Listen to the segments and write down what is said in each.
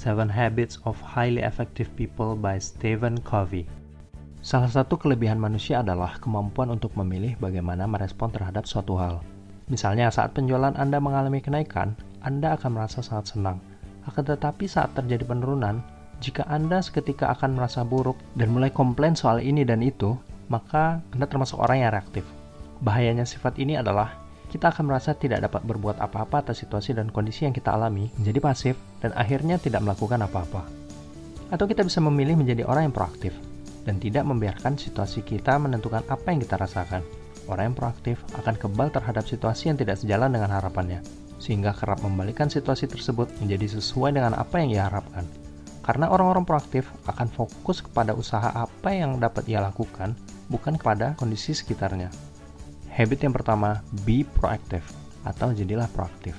Seven Habits of Highly Effective People by Stephen Covey. Salah satu kelebihan manusia adalah kemampuan untuk memilih bagaimana merespon terhadap suatu hal. Misalnya saat penjualan Anda mengalami kenaikan, Anda akan merasa sangat senang. Akan tetapi saat terjadi penurunan, jika Anda seketika akan merasa buruk dan mulai komplain soal ini dan itu, maka Anda termasuk orang yang reaktif. Bahayanya sifat ini adalah kita akan merasa tidak dapat berbuat apa-apa atas situasi dan kondisi yang kita alami, menjadi pasif, dan akhirnya tidak melakukan apa-apa. Atau kita bisa memilih menjadi orang yang proaktif, dan tidak membiarkan situasi kita menentukan apa yang kita rasakan. Orang yang proaktif akan kebal terhadap situasi yang tidak sejalan dengan harapannya, sehingga kerap membalikkan situasi tersebut menjadi sesuai dengan apa yang ia harapkan. Karena orang-orang proaktif akan fokus kepada usaha apa yang dapat ia lakukan, bukan kepada kondisi sekitarnya. Habit yang pertama, be proactive, atau jadilah proaktif.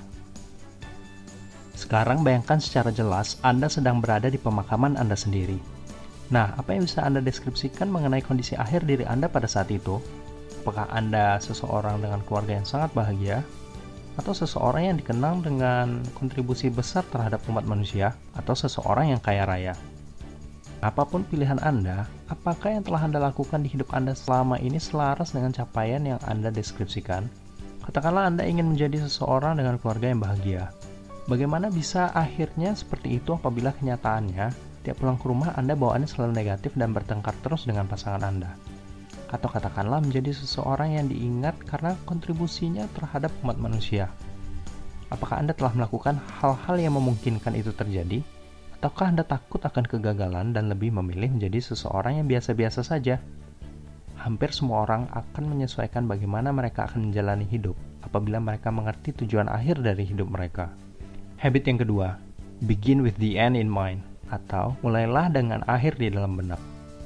Sekarang bayangkan secara jelas Anda sedang berada di pemakaman Anda sendiri. Nah, apa yang bisa Anda deskripsikan mengenai kondisi akhir diri Anda pada saat itu? Apakah Anda seseorang dengan keluarga yang sangat bahagia? Atau seseorang yang dikenal dengan kontribusi besar terhadap umat manusia? Atau seseorang yang kaya raya? Apapun pilihan Anda, apakah yang telah Anda lakukan di hidup Anda selama ini selaras dengan capaian yang Anda deskripsikan? Katakanlah Anda ingin menjadi seseorang dengan keluarga yang bahagia. Bagaimana bisa akhirnya seperti itu apabila kenyataannya, tiap pulang ke rumah Anda bawaannya selalu negatif dan bertengkar terus dengan pasangan Anda? Atau katakanlah menjadi seseorang yang diingat karena kontribusinya terhadap umat manusia. Apakah Anda telah melakukan hal-hal yang memungkinkan itu terjadi? Ataukah Anda takut akan kegagalan dan lebih memilih menjadi seseorang yang biasa-biasa saja? Hampir semua orang akan menyesuaikan bagaimana mereka akan menjalani hidup apabila mereka mengerti tujuan akhir dari hidup mereka. Habit yang kedua, begin with the end in mind, atau mulailah dengan akhir di dalam benak.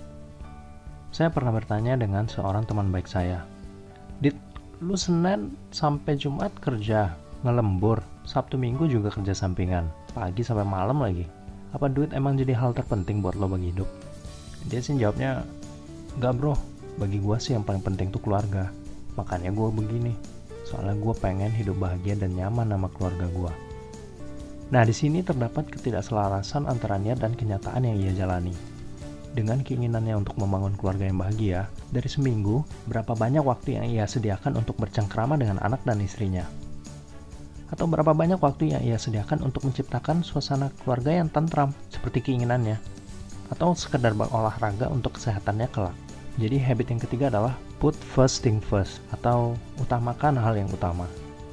Saya pernah bertanya dengan seorang teman baik saya, "Dit, lu Senin sampai Jumat kerja, ngelembur, Sabtu Minggu juga kerja sampingan, pagi sampai malam lagi. Apa duit emang jadi hal terpenting buat lo bagi hidup?" Dia sih jawabnya, "Enggak bro, bagi gue sih yang paling penting tuh keluarga. Makanya gue begini, soalnya gue pengen hidup bahagia dan nyaman sama keluarga gue." Nah, di sini terdapat ketidakselarasan antara niat dan kenyataan yang ia jalani. Dengan keinginannya untuk membangun keluarga yang bahagia, dari seminggu, berapa banyak waktu yang ia sediakan untuk bercengkrama dengan anak dan istrinya? Atau berapa banyak waktu yang ia sediakan untuk menciptakan suasana keluarga yang tentram seperti keinginannya, atau sekedar berolahraga untuk kesehatannya kelak. Jadi habit yang ketiga adalah put first thing first, atau utamakan hal yang utama.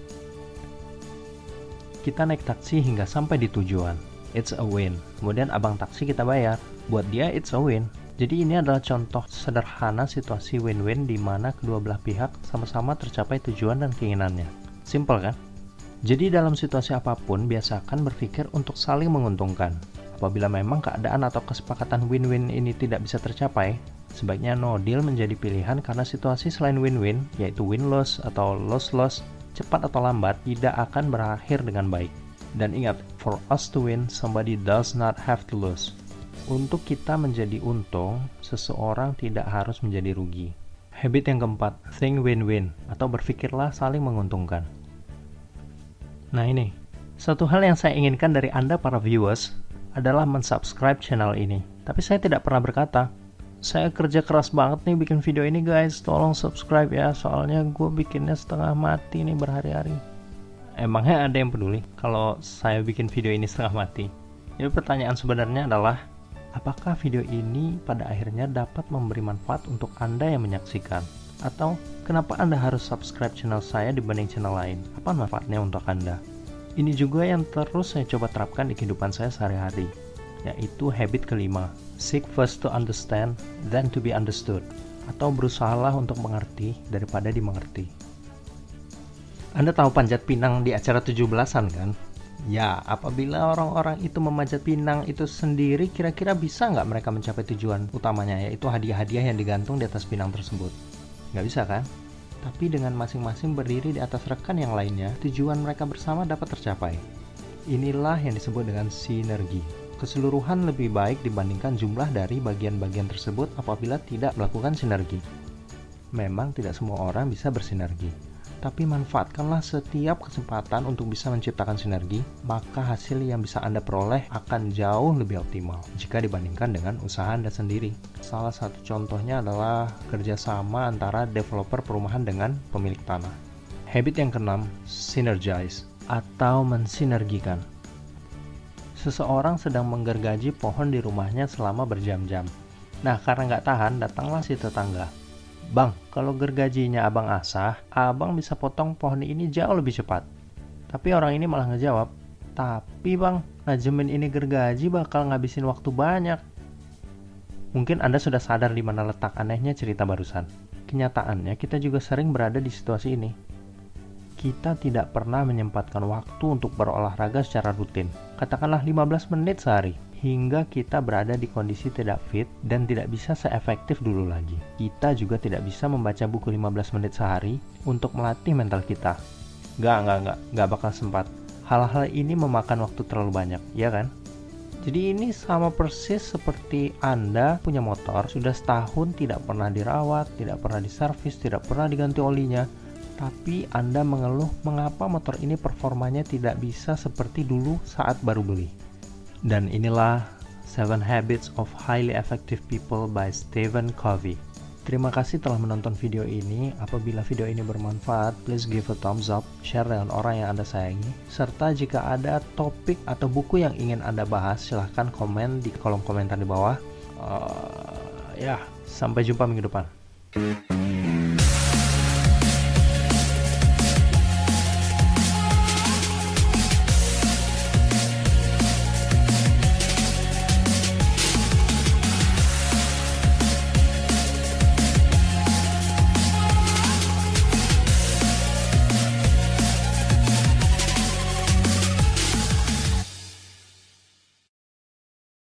Kita naik taksi hingga sampai di tujuan, it's a win. Kemudian abang taksi kita bayar, buat dia it's a win. Jadi ini adalah contoh sederhana situasi win-win di mana kedua belah pihak sama-sama tercapai tujuan dan keinginannya. Simple kan? Jadi dalam situasi apapun, biasakan berpikir untuk saling menguntungkan. Apabila memang keadaan atau kesepakatan win-win ini tidak bisa tercapai, sebaiknya no deal menjadi pilihan karena situasi selain win-win, yaitu win-loss atau loss-loss, cepat atau lambat tidak akan berakhir dengan baik. Dan ingat, for us to win, somebody does not have to lose. Untuk kita menjadi untung, seseorang tidak harus menjadi rugi. Habit yang keempat, think win-win, atau berpikirlah saling menguntungkan. Nah ini, satu hal yang saya inginkan dari Anda para viewers adalah mensubscribe channel ini. Tapi saya tidak pernah berkata, "Saya kerja keras banget nih bikin video ini guys, tolong subscribe ya, soalnya gue bikinnya setengah mati nih berhari-hari." Emangnya ada yang peduli kalau saya bikin video ini setengah mati? Jadi pertanyaan sebenarnya adalah, apakah video ini pada akhirnya dapat memberi manfaat untuk Anda yang menyaksikan? Atau kenapa Anda harus subscribe channel saya dibanding channel lain? Apa manfaatnya untuk Anda? Ini juga yang terus saya coba terapkan di kehidupan saya sehari-hari, yaitu habit kelima, seek first to understand, then to be understood, atau berusahalah untuk mengerti daripada dimengerti. Anda tahu panjat pinang di acara 17-an kan? Ya, apabila orang-orang itu memanjat pinang itu sendiri, kira-kira bisa nggak mereka mencapai tujuan utamanya, yaitu hadiah-hadiah yang digantung di atas pinang tersebut? Nggak bisa kan? Tapi dengan masing-masing berdiri di atas rekan yang lainnya, tujuan mereka bersama dapat tercapai. Inilah yang disebut dengan sinergi. Keseluruhan lebih baik dibandingkan jumlah dari bagian-bagian tersebut apabila tidak melakukan sinergi. Memang tidak semua orang bisa bersinergi. tapi manfaatkanlah setiap kesempatan untuk bisa menciptakan sinergi, maka hasil yang bisa Anda peroleh akan jauh lebih optimal jika dibandingkan dengan usaha Anda sendiri. Salah satu contohnya adalah kerjasama antara developer perumahan dengan pemilik tanah. Habit yang keenam, synergize atau mensinergikan. Seseorang sedang menggergaji pohon di rumahnya selama berjam-jam. Nah, karena nggak tahan, datanglah si tetangga. Bang, kalau gergajinya abang asah, abang bisa potong pohon ini jauh lebih cepat. Tapi orang ini malah ngejawab, tapi bang, najemin ini gergaji bakal ngabisin waktu banyak. Mungkin Anda sudah sadar di mana letak anehnya cerita barusan. Kenyataannya, kita juga sering berada di situasi ini. Kita tidak pernah menyempatkan waktu untuk berolahraga secara rutin. Katakanlah 15 menit sehari. Hingga kita berada di kondisi tidak fit dan tidak bisa seefektif dulu lagi. Kita juga tidak bisa membaca buku 15 menit sehari untuk melatih mental kita. Nggak bakal sempat. Hal-hal ini memakan waktu terlalu banyak, ya kan? Jadi ini sama persis seperti Anda punya motor, sudah setahun tidak pernah dirawat, tidak pernah diservis, tidak pernah diganti olinya. Tapi Anda mengeluh mengapa motor ini performanya tidak bisa seperti dulu saat baru beli. Dan inilah 7 Habits of Highly Effective People by Stephen Covey. Terima kasih telah menonton video ini. Apabila video ini bermanfaat, please give a thumbs up, share dengan orang yang Anda sayangi. Serta jika ada topik atau buku yang ingin Anda bahas, silahkan komen di kolom komentar di bawah. Sampai jumpa minggu depan.